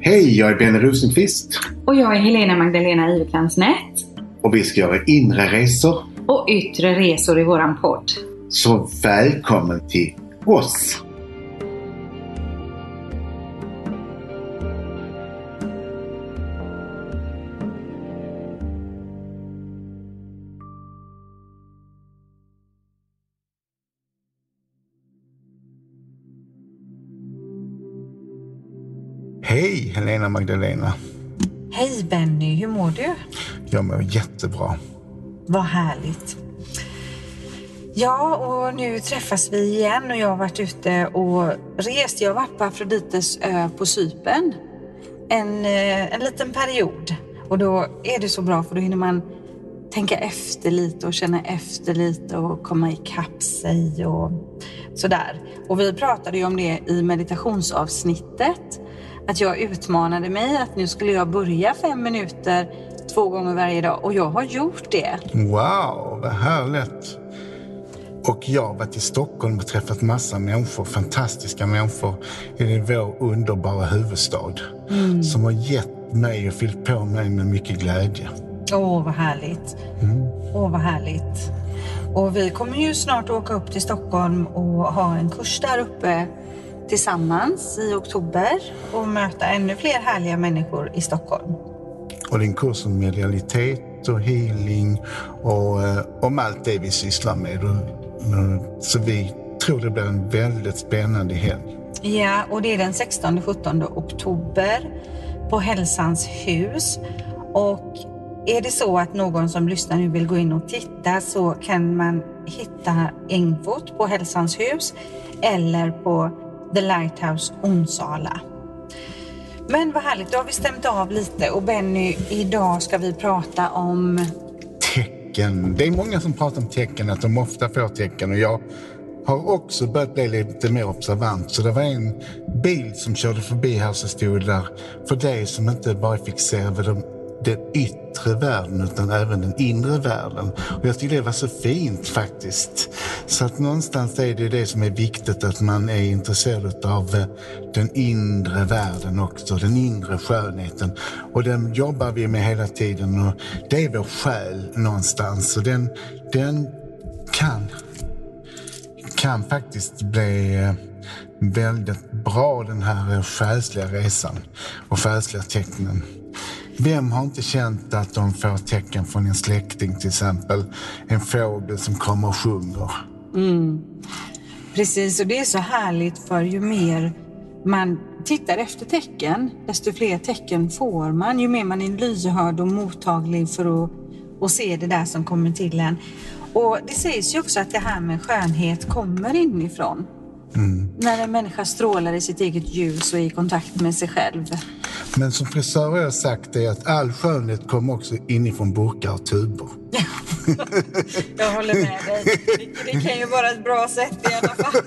Hej, jag är Benny Rosenqvist. Och jag är Helena Magdalena Iverklansnät. Och vi ska göra inre resor. Och yttre resor i våran podd. Så välkommen till oss. Hej Helena Magdalena. Hej Benny, hur mår du? Jag mår jättebra. Vad härligt. Ja, och nu träffas vi igen och jag har varit ute och rest. Jag har varit på Afrodites ö på Cypern en liten period. Och då är det så bra för då hinner man tänka efter lite och känna efter lite och komma ikapp sig och sådär. Och vi pratade ju om det i meditationsavsnittet. Att jag utmanade mig att nu skulle jag börja 5 minuter 2 gånger varje dag. Och jag har gjort det. Wow, vad härligt. Och jag har varit i Stockholm och träffat massa människor, fantastiska människor i vår underbara huvudstad. Som har gett mig och fyllt på mig med mycket glädje. Vad härligt. Vad härligt. Och vi kommer ju snart åka upp till Stockholm och ha en kurs där uppe tillsammans i oktober och möta ännu fler härliga människor i Stockholm. Och det är en kurs om medialitet och healing och om allt det vi sysslar med. Så vi tror det blir en väldigt spännande helg. Ja, och det är den 16-17 oktober på Hälsans hus. Och är det så att någon som lyssnar nu vill gå in och titta så kan man hitta infot på Hälsans hus eller på The Lighthouse Onsala. Men vad härligt, då har vi stämt av lite. Och Benny, idag ska vi prata om tecken. Det är många som pratar om tecken, att de ofta får tecken. Och jag har också börjat bli lite mer observant. Så det var en bil som körde förbi här, så stod där för dig som inte bara fick se över den yttre världen utan även den inre världen. Och jag tycker det var så fint faktiskt. Så att någonstans är det som är viktigt, att man är intresserad av den inre världen också, den inre skönheten. Och den jobbar vi med hela tiden och det är vår själ någonstans. Och den kan faktiskt bli väldigt bra, den här själsliga resan och själsliga tecknen. Vem har inte känt att de får tecken från en släkting, till exempel en fågel som kommer och sjunger? Precis, och det är så härligt, för ju mer man tittar efter tecken, desto fler tecken får man. Ju mer man är lyhörd och mottaglig för att se det där som kommer till en. Och det sägs ju också att det här med skönhet kommer inifrån. När en människa strålar i sitt eget ljus och är i kontakt med sig själv. Men som frisör har jag sagt är att all skönhet kommer också inifrån burkar och tuber. Jag håller med dig. Det kan ju vara ett bra sätt i alla fall.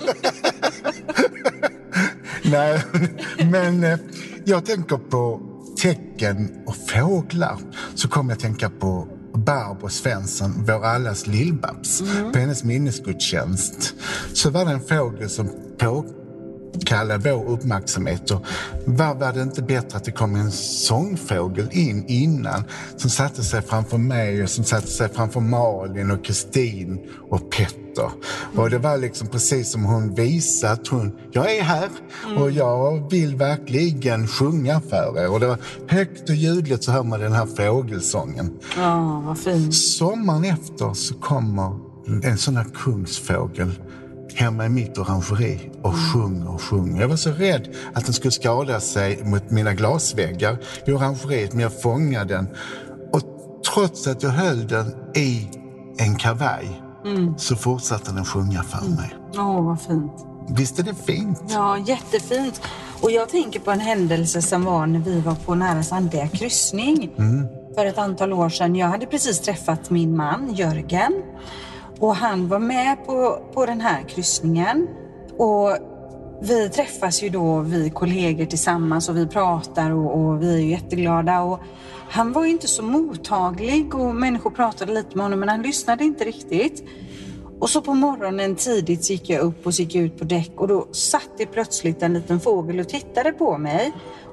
Nej, men jag tänker på tecken och fåglar. Så kommer jag tänka på Barbro Svensson, vår allas lillbabs. På hennes minnesgudstjänst så var det en fågel som påkallade vår uppmärksamhet. Och var det inte bättre att det kom en sångfågel in innan, som satte sig framför mig och som satte sig framför Malin och Kristin och Petter. Och det var liksom precis som hon visade att jag är här och jag vill verkligen sjunga för er. Och det var högt och ljudligt, så hör man den här fågelsången. Vad fint. Sommaren efter så kommer en sån här kungsfågel hemma i mitt orangeri och sjunger. Jag var så rädd att den skulle skada sig mot mina glasväggar i orangeriet, men jag fångade den. Och trots att jag höll den i en kavaj så fortsatte den sjunga för mig. Vad fint. Visst är det fint? Ja, jättefint. Och jag tänker på en händelse som var när vi var på Näras andliga kryssning för ett antal år sedan. Jag hade precis träffat min man Jörgen. Och han var med på den här kryssningen. Och vi träffas ju då, vi kollegor tillsammans, och vi pratar och vi är ju jätteglada. Och han var ju inte så mottaglig och människor pratade lite med honom, men han lyssnade inte riktigt. Och så på morgonen tidigt gick jag upp och gick ut på däck, och då satt det plötsligt en liten fågel och tittade på mig.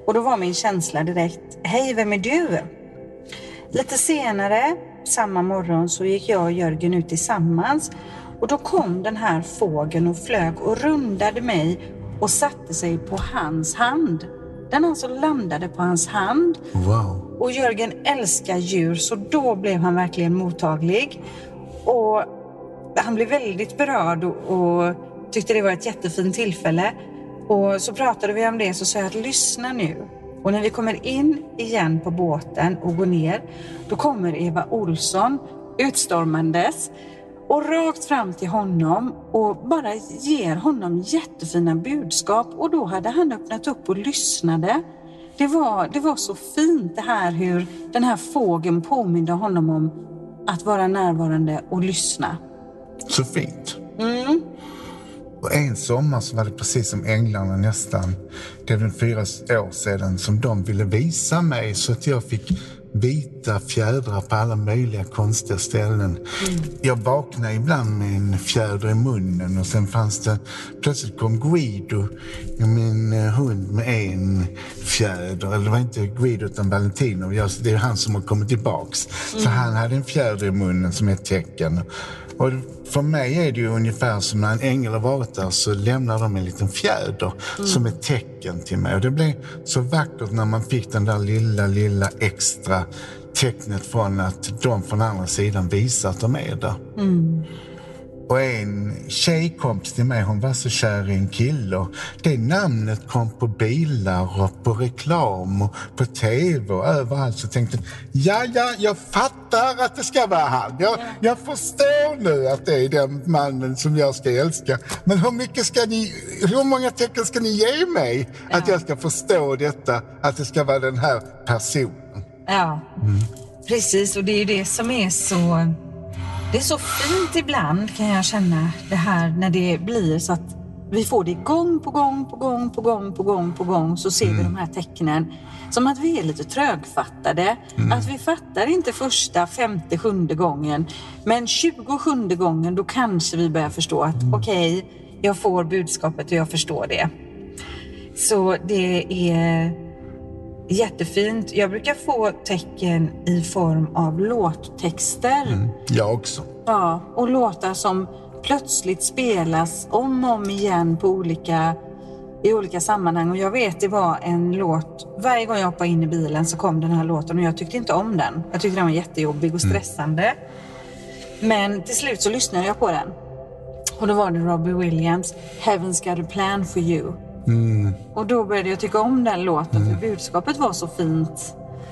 Och då var min känsla direkt, hej, vem är du? Lite senare, samma morgon, så gick jag och Jörgen ut tillsammans. Och då kom den här fågeln och flög och rundade mig och satte sig på hans hand. Den alltså landade på hans hand. Wow. Och Jörgen älskar djur, så då blev han verkligen mottaglig. Och han blev väldigt berörd och tyckte det var ett jättefint tillfälle. Och så pratade vi om det, så sa jag att lyssna nu. Och när vi kommer in igen på båten och går ner, då kommer Eva Olsson utstormandes och rakt fram till honom och bara ger honom jättefina budskap. Och då hade han öppnat upp och lyssnade. Det var så fint det här, hur den här fågeln påminde honom om att vara närvarande och lyssna. Så fint. Och en sommar så var det precis som änglarna nästan. Det var 4 år sedan som de ville visa mig, så att jag fick vita fjädrar på alla möjliga konstiga ställen. Jag vaknade ibland med en fjäder i munnen och sen fanns det, plötsligt kom Guido, min hund, med en fjäder. Eller det var inte Guido utan Valentino. Det är han som har kommit tillbaks. Så han hade en fjäder i munnen som är ett tecken. Och för mig är det ju ungefär som när en ängel har varit där, så lämnar de en liten fjäder som ett tecken till mig. Och det blev så vackert när man fick den där lilla extra tecknet från att de från andra sidan visar att de är där. Och en tjejkompis till mig, hon var så kär i en kille. Och det namnet kom på bilar och på reklam och på tv och överallt. Så tänkte jag fattar att det ska vara han. Jag förstår nu att det är den mannen som jag ska älska. Men hur många tecken ska ni ge mig att jag ska förstå detta, att det ska vara den här personen? Ja, precis. Och det är ju det som är så... Det är så fint ibland, kan jag känna, det här när det blir så att vi får det gång på gång, så ser vi de här tecknen. Som att vi är lite trögfattade. Att vi fattar inte första, 50, 7:e gången. Men 27:e gången, då kanske vi börjar förstå att okej, jag får budskapet och jag förstår det. Så det är jättefint. Jag brukar få tecken i form av låttexter. Jag också. Ja, och låtar som plötsligt spelas om och om igen på i olika sammanhang. Och jag vet, det var en låt, varje gång jag hoppade in i bilen så kom den här låten och jag tyckte inte om den. Jag tyckte den var jättejobbig och stressande. Men till slut så lyssnade jag på den. Och då var det Robbie Williams, Heaven's got a plan for you. Och då började jag tycka om den låten, för budskapet var så fint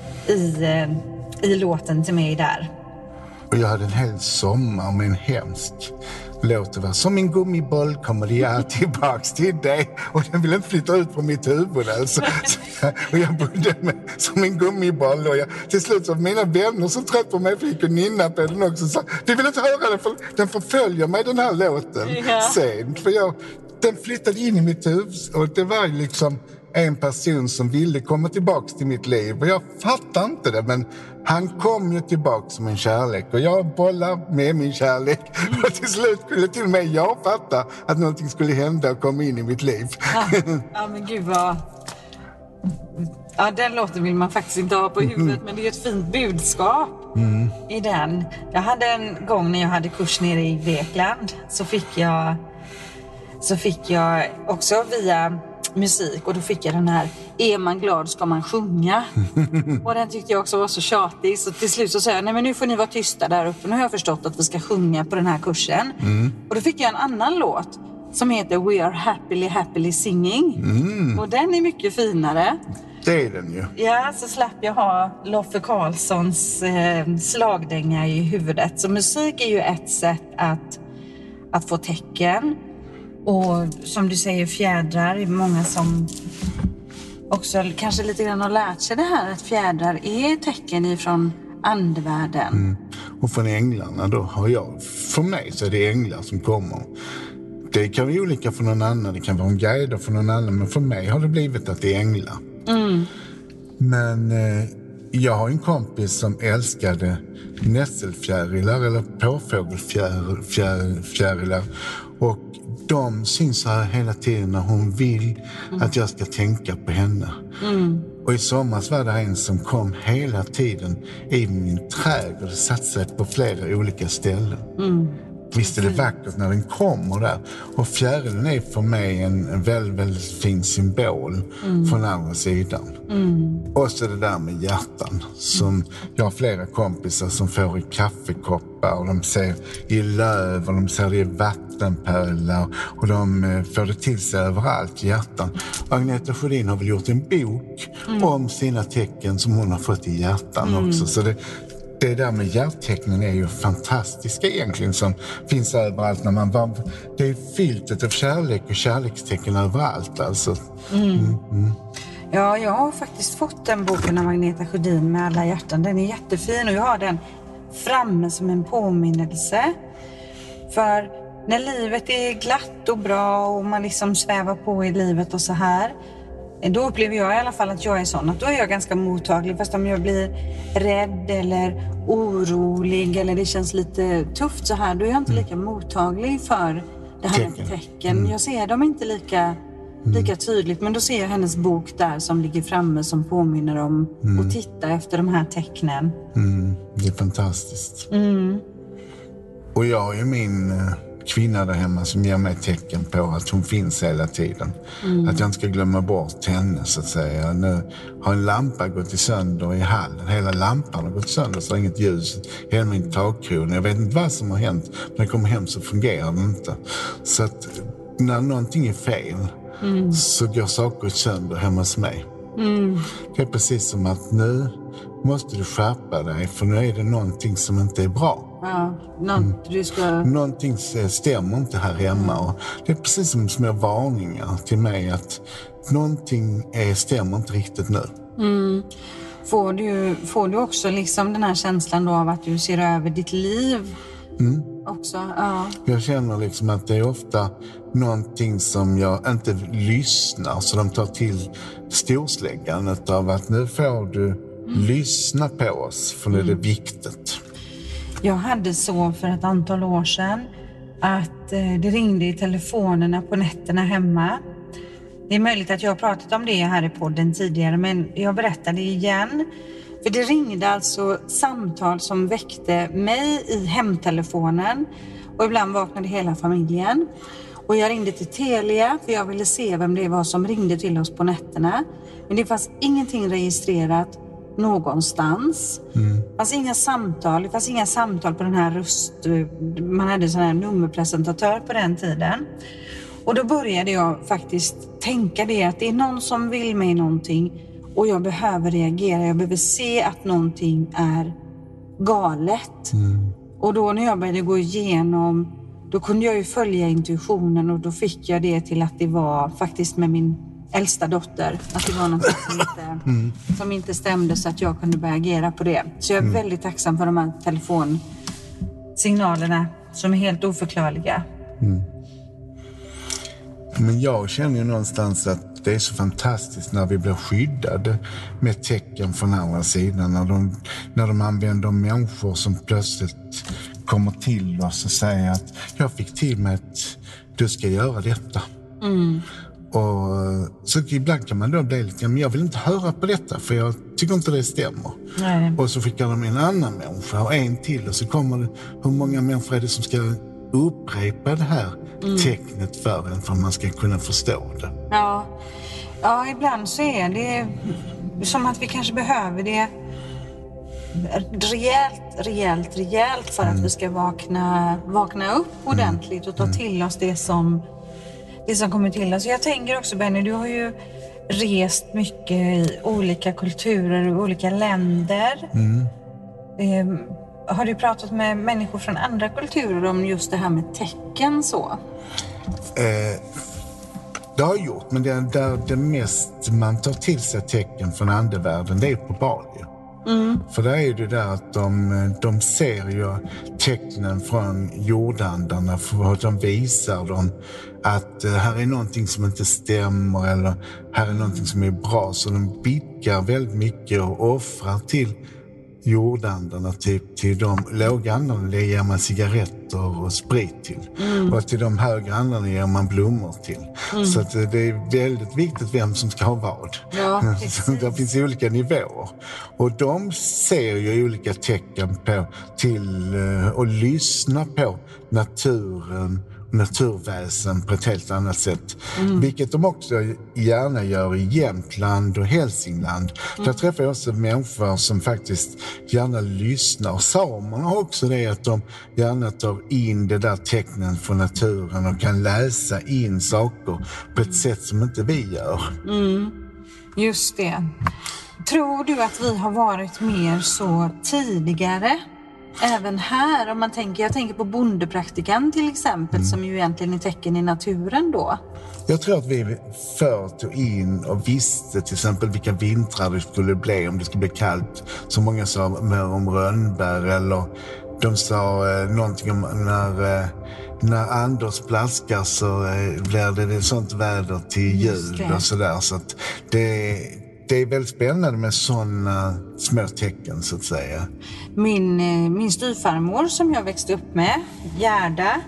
i låten till mig där. Och jag hade en hel sommar med en hemsk låt. Det var som min gummiboll kommer jag tillbaks till dig. Och den ville inte flytta ut från mitt huvud. Alltså. Och jag bodde med som en gummiboll. Och till slut så var mina vänner så trött på mig, för jag kunde nynna på den också. Så du vill inte höra den, för den förföljer mig, den här låten. Sen, för den flyttade in i mitt hus och det var liksom en person som ville komma tillbaks till mitt liv. Och jag fattar inte det, men han kom ju tillbaks som en kärlek. Och jag bollar med min kärlek. Och till slut skulle till och med jag fatta att någonting skulle hända och komma in i mitt liv. Ja men gud vad... Ja, den låten vill man faktiskt inte ha på huvudet, men det är ett fint budskap i den. Jag hade en gång när jag hade kurs nere i Grekland, så fick jag också via musik, och då fick jag den här är man glad ska man sjunga. Och den tyckte jag också var så tjatig, så till slut så sa jag, nej men nu får ni vara tysta där uppe, nu har jag förstått att vi ska sjunga på den här kursen. Och då fick jag en annan låt som heter We Are Happily Singing. Och den är mycket finare. Det är den ju. Ja, så slapp jag ha Loffe Karlssons slagdänga i huvudet. Så musik är ju ett sätt att få tecken. Och som du säger, fjädrar är många som också kanske lite grann har lärt sig det här, att fjädrar är tecken ifrån andevärlden. Och från änglarna då för mig så är det änglar som kommer. Det kan vara olika för någon annan, det kan vara en guide för någon annan, men för mig har det blivit att det är änglar. Men jag har en kompis som älskade nässelfjärilar eller påfågelfjärilar, och de syns här hela tiden när hon vill att jag ska tänka på henne. Och i somras var det en som kom hela tiden i min trädgård och satt sig på flera olika ställen. Visst är det vackert när den kommer där. Och fjärilen är för mig en väldigt, väldigt fin symbol från andra sidan. Och så det där med hjärtan. Som jag har flera kompisar som får i kaffekoppar. Och de ser i löv och de ser det i vattenpölar. Och de får det till sig överallt, hjärtan. Agneta Sjödin har väl gjort en bok om sina tecken som hon har fått i hjärtan också. Så det där med hjärttecknen är ju fantastiska egentligen, som finns överallt när man var. Det är filtet av kärlek och kärlekstecken överallt alltså. Ja, jag har faktiskt fått den boken av Agneta Sjödin med alla hjärtan. Den är jättefin och jag har den framme som en påminnelse. För när livet är glatt och bra och man liksom svävar på i livet och så här, då upplever jag i alla fall att jag är sån. Att då är jag ganska mottaglig. Fast om jag blir rädd eller orolig eller det känns lite tufft så här, då är jag inte lika mottaglig för det här med tecken. Jag ser dem inte lika tydligt. Men då ser jag hennes bok där som ligger framme som påminner om att titta efter de här tecknen. Det är fantastiskt. Och jag är min kvinna där hemma som ger mig tecken på att hon finns hela tiden. Att jag inte ska glömma bort henne så att säga. Nu har en lampa gått i sönder i hallen. Hela lampan har gått sönder så det är inget ljus. Hela min takkrona. Jag vet inte vad som har hänt. Men när jag kommer hem så fungerar det inte. Så att när någonting är fel så går saker sönder hemma hos mig. Det är precis som att nu måste du skärpa dig för nu är det någonting som inte är bra. Ja, Någonting stämmer inte här hemma. Och det är precis som små varningar till mig att någonting stämmer inte riktigt nu. Får du också liksom den här känslan då av att du ser över ditt liv också? Ja. Jag känner liksom att det är ofta någonting som jag inte lyssnar, så de tar till storsläggan av att nu får du lyssna på oss för nu är det viktigt. Jag hade så för ett antal år sedan att det ringde i telefonerna på nätterna hemma. Det är möjligt att jag har pratat om det här i podden tidigare, men jag berättar det igen. För det ringde alltså samtal som väckte mig i hemtelefonen och ibland vaknade hela familjen. Och jag ringde till Telia för jag ville se vem det var som ringde till oss på nätterna. Men det fanns ingenting registrerat någonstans. Det fanns inga samtal. Det fanns inga samtal på den här man hade sån här nummerpresentatör på den tiden. Och då började jag faktiskt tänka det att det är någon som vill mig någonting och jag behöver reagera. Jag behöver se att någonting är galet. Och då när jag började gå igenom, då kunde jag ju följa intuitionen och då fick jag det till att det var faktiskt med min äldsta dotter. Att det var något som inte stämde så att jag kunde börja agera på det. Så jag är väldigt tacksam för de här telefonsignalerna som är helt oförklarliga. Men jag känner ju någonstans att det är så fantastiskt när vi blir skyddade med tecken från andra sidan. När de använder människor som plötsligt kommer till oss och säger att jag fick till mig att du ska göra detta. Och så ibland kan man då bli lite, men jag vill inte höra på detta för jag tycker inte det stämmer. Nej. Och så skickar de en annan människa och en till och så kommer det, hur många människor är det som ska upprepa det här tecknet för en för att man ska kunna förstå det? Ja, ibland så är det som att vi kanske behöver det rejält för att vi ska vakna upp ordentligt och ta till oss det som kommer till oss. Jag tänker också, Benny, du har ju rest mycket i olika kulturer och olika länder. Har du pratat med människor från andra kulturer om just det här med tecken så? Det har jag gjort, men det mest man tar till sig tecken från andevärlden, det är på Bali. För där är det där att de ser ju tecknen från jordandarna för att de visar dem att här är någonting som inte stämmer eller här är någonting som är bra. Så de bidkar väldigt mycket och offrar till jordandarna, typ till de lågandarna, det ger man cigaretter cigaretter och sprit till. Och till de högre andarna ger man blommor till. Så att det är väldigt viktigt vem som ska ha vad. Ja, Så det finns olika nivåer. Och de ser ju olika tecken på till att lyssna på naturen, naturväsen på ett helt annat sätt. Vilket de också gärna gör i Jämtland och Hälsingland. Där träffar jag också människor som faktiskt gärna lyssnar. Och samerna har också det att de gärna tar in det där tecknen från naturen och kan läsa in saker på ett sätt som inte vi gör. Just det. Tror du att vi har varit mer så tidigare? Även här, om jag tänker på bondepraktikan till exempel, som ju egentligen är tecken i naturen då. Jag tror att vi förr tog in och visste till exempel vilka vintrar det skulle bli om det skulle bli kallt. Så många sa mer om rönnbär, eller de sa någonting om när Anders blaskar så blir det sånt väder till jul och sådär. Så att det är väldigt spännande med sådana små tecken så att säga. Min styvfarmor som jag växte upp med, Gerda,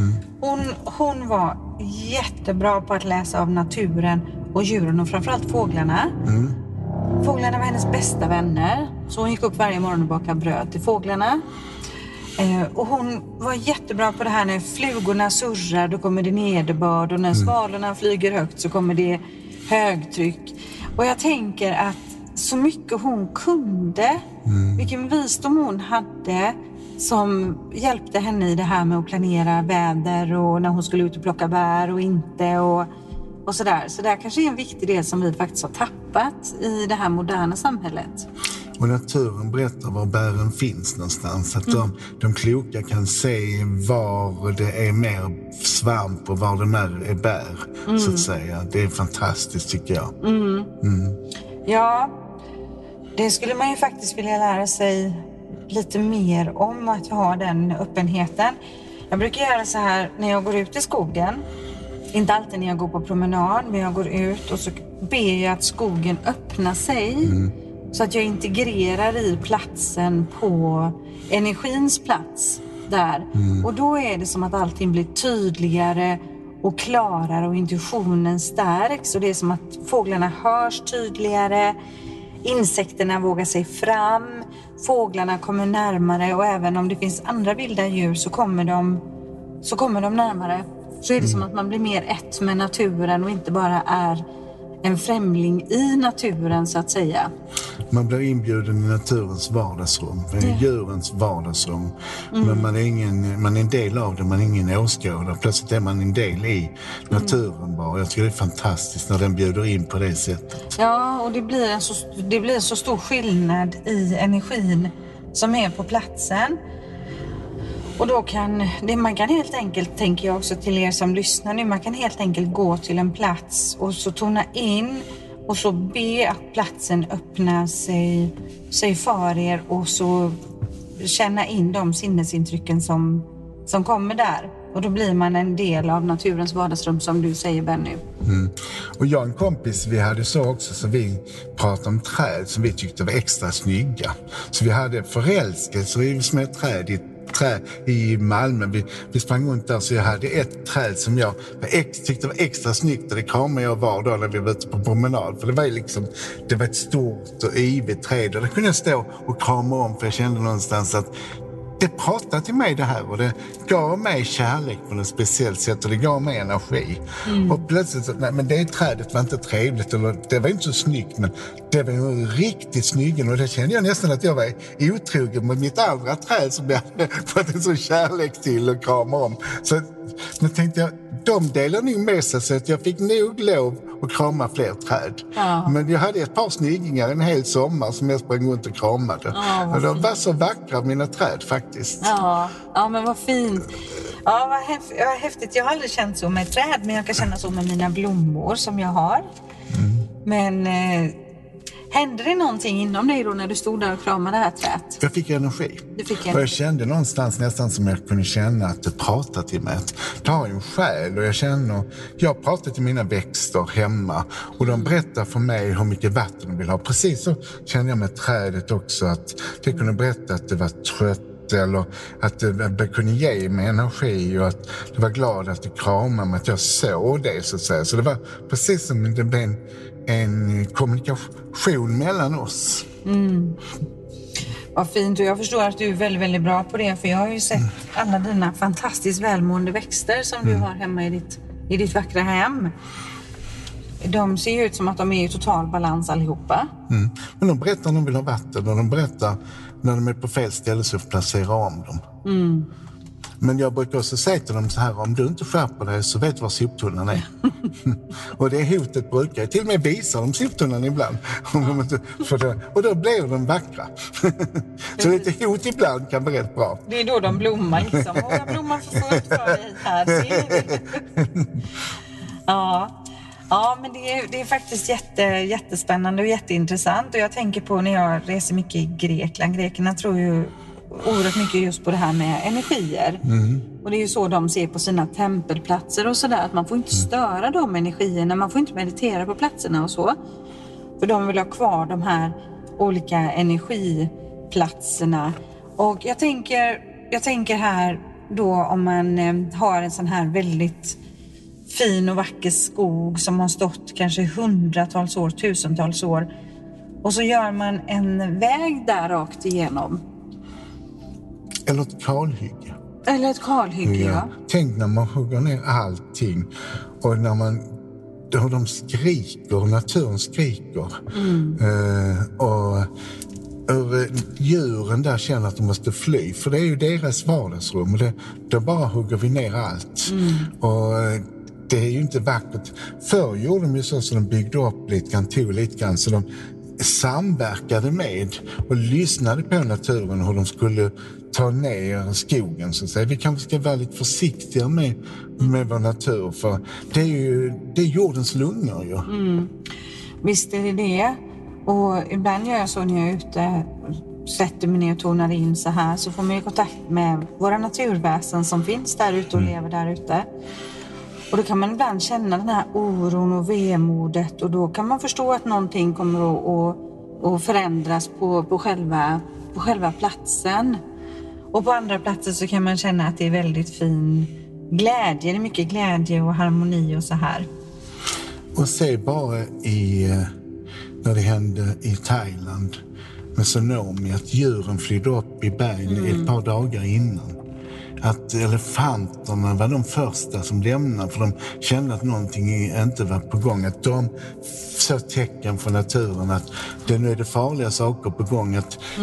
hon var jättebra på att läsa av naturen och djuren och framförallt fåglarna. Fåglarna var hennes bästa vänner, så hon gick upp varje morgon och bakade bröd till fåglarna. Och hon var jättebra på det här när flugorna surrar, då kommer det nederbörd, och när svalorna flyger högt så kommer det högtryck. Och jag tänker att så mycket hon kunde, vilken visdom hon hade som hjälpte henne i det här med att planera väder och när hon skulle ut och plocka bär och inte och sådär. Så det kanske är en viktig del som vi faktiskt har tappat i det här moderna samhället. Och naturen berättar var bären finns någonstans. Så att de kloka kan se var det är mer svamp och var det mer är bär, så att säga. Det är fantastiskt tycker jag. Ja, det skulle man ju faktiskt vilja lära sig lite mer om, att ha den öppenheten. Jag brukar göra så här när jag går ut i skogen. Inte alltid när jag går på promenad, men jag går ut och så ber jag att skogen öppnar sig. Så att jag integrerar i platsen på energins plats där. Och då är det som att allting blir tydligare och klarare och intuitionen stärks. Och det är som att fåglarna hörs tydligare. Insekterna vågar sig fram. Fåglarna kommer närmare. Och även om det finns andra vilda djur så kommer de närmare. Så är det som att man blir mer ett med naturen och inte bara är en främling i naturen så att säga. Man blir inbjuden i naturens vardagsrum, djurens vardagsrum. Men man är en del av det, man är ingen åskådare. Plötsligt är man en del i naturen bara. Jag tycker det är fantastiskt när den bjuder in på det sättet. Ja, och det blir en så stor skillnad i energin som är på platsen. Och då man kan helt enkelt, tänker jag också till er som lyssnar nu, man kan helt enkelt gå till en plats och så tona in och så be att platsen öppnar sig för er och så känna in de sinnesintrycken som kommer där. Och då blir man en del av naturens vardagsrum som du säger, Benny. Och jag och en kompis, vi hade så också, så vi pratade om träd som vi tyckte var extra snygga. Så vi hade förälskelser i små träd i Malmö. Vi sprang runt där, så jag hade ett träd som jag tyckte var extra snyggt, och det kramade jag var dag när vi var ute på promenad. För det var ett stort och yvigt träd, och det kunde jag stå och krama om, för jag kände någonstans att det pratade till mig det här, och det gav mig kärlek på något speciellt sätt, och det gav mig energi. Och plötsligt så, men det trädet var inte trevligt, eller det var inte så snyggt, men det var ju riktigt snyggt, och det kände jag nästan att jag var otrogen med mitt andra träd som jag hade fått en sån kärlek till och krama om. Så men tänkte jag, de delade nog med sig, så att jag fick nog lov att krama fler träd. Men jag hade ett par snyggingar en hel sommar som jag sprang runt och kramade. Och de var så vackra, mina träd faktiskt. Ja, men vad fint. Ja, vad häftigt. Jag har aldrig känt så med träd, men jag kan känna så med mina blommor som jag har. Men hände det någonting inom dig då när du stod där och kramade det här trädet? Jag fick energi. Och jag kände någonstans nästan som jag kunde känna att det pratade till mig. Det har ju en själ, och jag pratar till mina växter hemma, och de berättar för mig hur mycket vatten de vill ha. Precis så kände jag med trädet också, att det kunde berätta att det var trött eller att det kunde ge mig energi och att det var glad att det kramade mig, att jag såg det så att säga. Så det var precis som det blev en kommunikation mellan oss. Vad fint, och jag förstår att du är väldigt, väldigt bra på det, för jag har ju sett alla dina fantastiskt välmående växter som du har hemma i ditt vackra hem. De ser ju ut som att de är i total balans allihopa. Men de berättar när de vill ha vatten och de berättar när de är på fel ställe så placerar om dem. Men jag brukar också säga till dem så här: om du inte skärper dig så vet du var soptunnan är. Och det hotet brukar jag till och med visa dem soptunnan ibland. Och då blir de vackra. Så lite hot ibland kan vara rätt bra. Det är då de blommar liksom. Och jag blommar för fullt för dig här. Ja, men det är faktiskt jättespännande och jätteintressant. Och jag tänker på när jag reser mycket i Grekland. Grekerna tror ju oerhört mycket just på det här med energier. Och det är ju så de ser på sina tempelplatser och sådär. Att man får inte störa de energierna. Man får inte meditera på platserna och så. För de vill ha kvar de här olika energiplatserna. Och jag tänker här då om man har en sån här väldigt fin och vacker skog som har stått kanske hundratals år, tusentals år. Och så gör man en väg där rakt igenom. Eller ett kalhygge. Ja. Tänk när man hugger ner allting och när de skriker, naturen skriker. Och djuren där känner att de måste fly, för det är ju deras vardagsrum och då bara hugger vi ner allt. Och det är ju inte vackert. Förr gjorde de ju så de byggde upp lite grann så de samverkade med och lyssnade på naturen hur de skulle ta ner skogen så att säga. Vi kanske ska vara lite försiktiga med vår natur, för det är jordens lungor ju. Visst är det. Och ibland gör jag så när jag är ute, sätter mig ner och tonar in så här, så får man ju kontakt med våra naturväsen som finns där ute och lever där ute. Och då kan man ibland känna den här oron och vemodet, och då kan man förstå att någonting kommer att förändras på själva platsen. Och på andra platser så kan man känna att det är väldigt fin glädje, det är mycket glädje och harmoni och så här. Och se bara när det hände i Thailand med tsunami, att djuren flydde upp i bergen ett par dagar innan. Att elefanterna var de första som lämnade, för de kände att någonting inte var på gång. Att de såg tecken från naturen att det nu är det farliga saker på gång.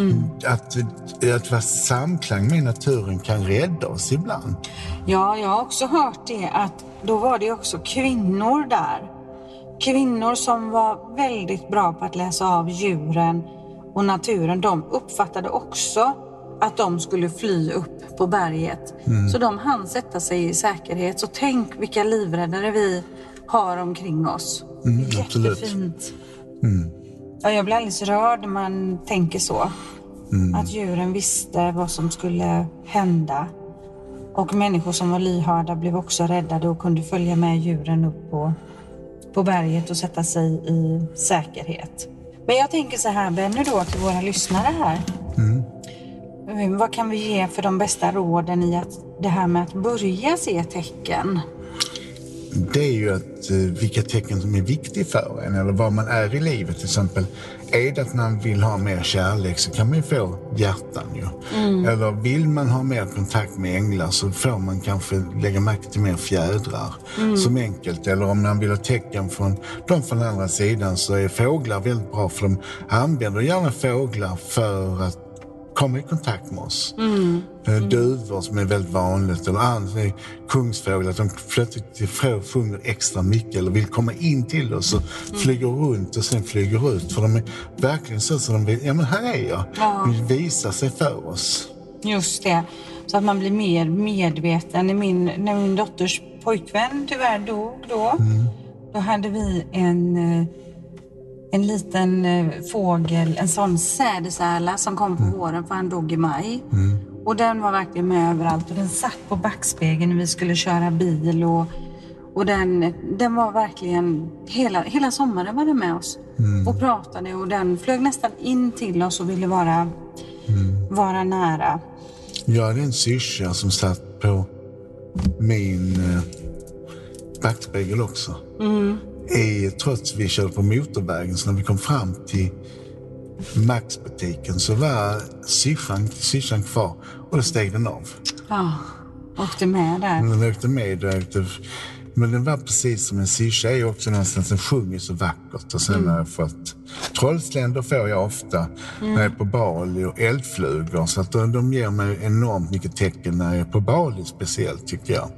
Att vara samklang med naturen kan rädda oss ibland. Ja, jag har också hört det, att då var det också kvinnor där. Kvinnor som var väldigt bra på att läsa av djuren och naturen. De uppfattade också att de skulle fly upp på berget. Så de hann sätta sig i säkerhet. Så tänk vilka livräddare vi har omkring oss. Jättefint. Ja, jag blir alldeles rörd när man tänker så. Att djuren visste vad som skulle hända. Och människor som var lyhörda blev också räddade och kunde följa med djuren upp på berget och sätta sig i säkerhet. Men jag tänker så här, Benny, då till våra lyssnare här. Vad kan vi ge för de bästa råden i det här med att börja se tecken? Det är ju vilka tecken som är viktiga för en, eller vad man är i livet. Till exempel, är det att man vill ha mer kärlek så kan man ju få hjärtan ju. Eller vill man ha mer kontakt med änglar så får man kanske lägga märke till mer fjädrar. Som enkelt. Eller om man vill ha tecken från andra sidan så är fåglar väldigt bra, för de använder gärna fåglar för att komma i kontakt med oss. Duvor som är väldigt vanligt, eller kungsfåglar, att de plötsligt sjunger extra mycket eller vill komma in till oss och flyger runt och sen flyger ut. För de är verkligen så att de vill, ja men här är jag. Vill visa sig för oss. Just det. Så att man blir mer medveten. När min dotters pojkvän tyvärr dog då hade vi en liten fågel, en sån sädesärla som kom på våren, för han dog i maj. Och den var verkligen med överallt, och den satt på backspegeln när vi skulle köra bil, och den var verkligen hela sommaren var den med oss och pratade, och den flög nästan in till oss och ville vara nära. Jag hade en syrsa som satt på min backspegel också. Trots vi körde på motorvägen, så när vi kom fram till Max-butiken så var syrsan kvar och då steg den av. Ja, åkte med där. Den åkte med där. Men den var precis som en syrsa är också någonstans, den sjunger så vackert. Och sen har jag fått trollsländer får jag ofta när jag är på Bali och eldflugor. Så att de ger mig enormt mycket tecken när jag är på Bali speciellt, tycker jag.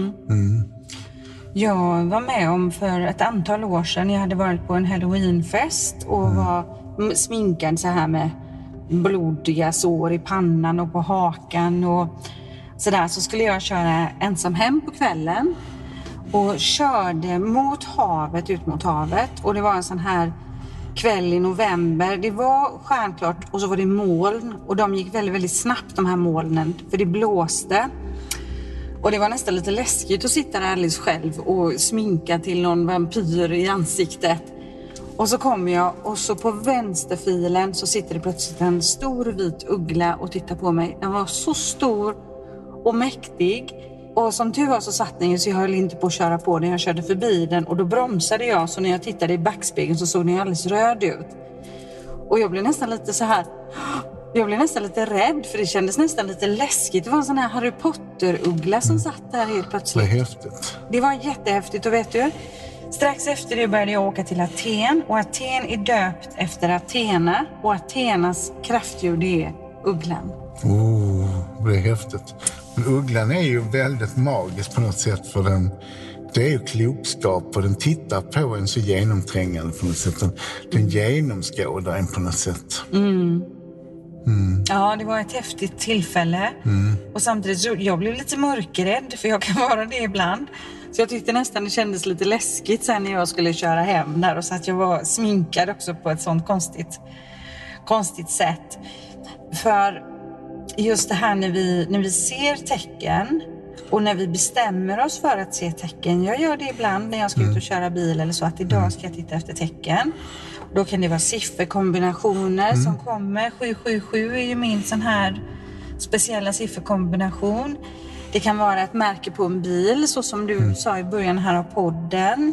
Jag var med om för ett antal år sedan. Jag hade varit på en Halloweenfest och var sminkad så här med blodiga sår i pannan och på hakan och sådär. Så skulle jag köra ensam hem på kvällen och körde mot havet, ut mot havet. Och det var en sån här kväll i november. Det var stjärnklart och så var det moln. Och de gick väldigt, väldigt snabbt, de här molnen, för det blåste. Och det var nästan lite läskigt att sitta där alldeles själv och sminka till någon vampyr i ansiktet. Och så kommer jag och så på vänsterfilen så sitter det plötsligt en stor vit uggla och tittar på mig. Den var så stor och mäktig. Och som tur var så satt den ju, så jag höll inte på att köra på den. Jag körde förbi den och då bromsade jag. Så när jag tittade i backspegeln så såg den alldeles röd ut. Och jag blev nästan lite så här... Jag blev nästan lite rädd, för det kändes nästan lite läskigt. Det var en sån här Harry Potter-uggla som satt där helt plötsligt. Det var häftigt. Det var jättehäftigt, och vet du, strax efter det började jag åka till Aten. Och Aten är döpt efter Athena. Och Athenas kraftdjur, det är ugglan. Det är häftigt. Men ugglan är ju väldigt magisk på något sätt, för den... Det är ju klokskap, och den tittar på en så genomträngande på något sätt. Den genomskådar en på något sätt. Ja, det var ett häftigt tillfälle. Och samtidigt så jag blev lite mörkrädd, för jag kan vara det ibland. Så jag tyckte nästan det kändes lite läskigt sen när jag skulle köra hem där. Och så att jag var sminkad också på ett sånt konstigt sätt. För just det här när vi ser tecken och när vi bestämmer oss för att se tecken. Jag gör det ibland när jag ska ut och köra bil eller så, att idag ska jag titta efter tecken. Då kan det vara sifferkombinationer som kommer. 777 är ju min sån här speciella sifferkombination. Det kan vara ett märke på en bil, så som du sa i början här av podden.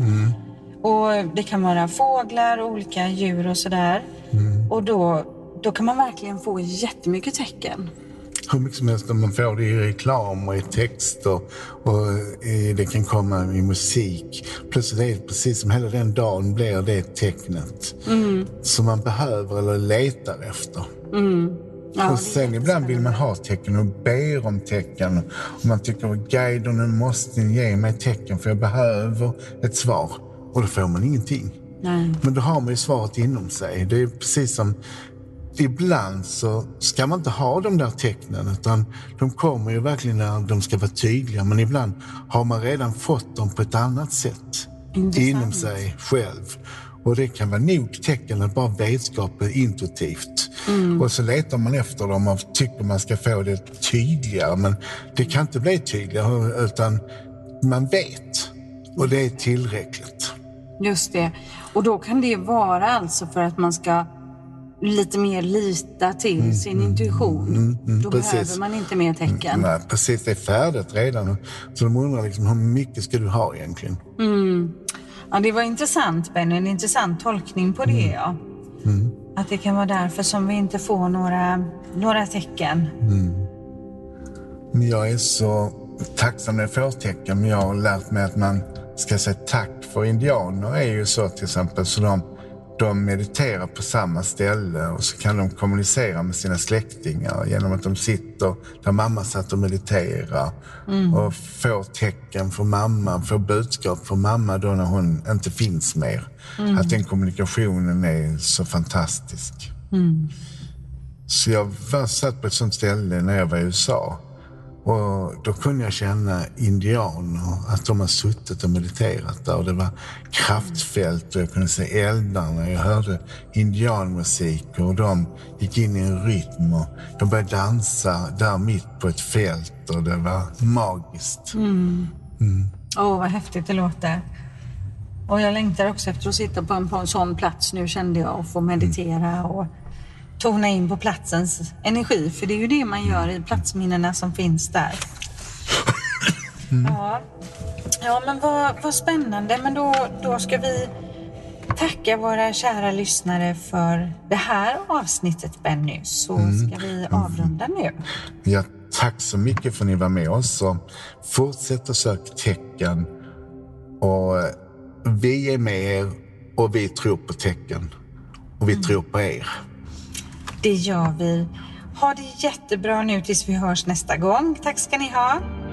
Och det kan vara fåglar, olika djur och sådär. Och då kan man verkligen få jättemycket tecken. Hur mycket som helst, om man får det i reklam och i texter, och det kan komma i musik. Plötsligt är det precis som hela den dagen blir det tecknet som man behöver eller letar efter. Ja, och sen ibland vill man ha tecken och ber om tecken. Och man tycker att guiderna måste ge mig tecken, för jag behöver ett svar. Och då får man ingenting. Nej. Men då har man ju svaret inom sig. Det är precis som... Ibland så ska man inte ha de där tecknen, utan de kommer ju verkligen när de ska vara tydliga. Men ibland har man redan fått dem på ett annat sätt inom sig själv. Och det kan vara nog tecken att bara vetskapen intuitivt. Och så letar man efter dem och tycker man ska få det tydligare. Men det kan inte bli tydligare, utan man vet. Och det är tillräckligt. Just det. Och då kan det vara alltså för att man ska lite mer lita till sin intuition. Då precis. behöver man inte mer tecken. Nej, precis, det är färdigt redan. Så de undrar liksom, hur mycket ska du ha egentligen? Ja, det var intressant, Benny. En intressant tolkning på det, ja. Att det kan vara därför som vi inte får några tecken. Men jag är så tacksam när jag får tecken. Men jag har lärt mig att man ska säga tack. För indianer är ju så till exempel, så de mediterar på samma ställe, och så kan de kommunicera med sina släktingar genom att de sitter där mamma satt och mediterar och får tecken för mamma, får budskap för mamma då när hon inte finns mer. Att den kommunikationen är så fantastisk. Så jag satt på ett sånt ställe när jag var i USA, och då kunde jag känna indianer, att de har suttit och mediterat där, och det var kraftfält och jag kunde se eldarna. Jag hörde indianmusik och de gick in i en rytm och de började dansa där mitt på ett fält, och det var magiskt. Vad häftigt det låter. Och jag längtar också efter att sitta på en sån plats nu, kände jag, och få meditera och tona in på platsens energi. För det är ju det man gör i platsminnena som finns där. Ja, men vad spännande. Men då ska vi tacka våra kära lyssnare för det här avsnittet, Benny. Så ska vi avrunda nu. Ja, tack så mycket för att ni var med oss. Och fortsätt att söka tecken. Och vi är med er och vi tror på tecken. Och vi tror på er. Det gör vi. Ha det jättebra nu tills vi hörs nästa gång. Tack ska ni ha.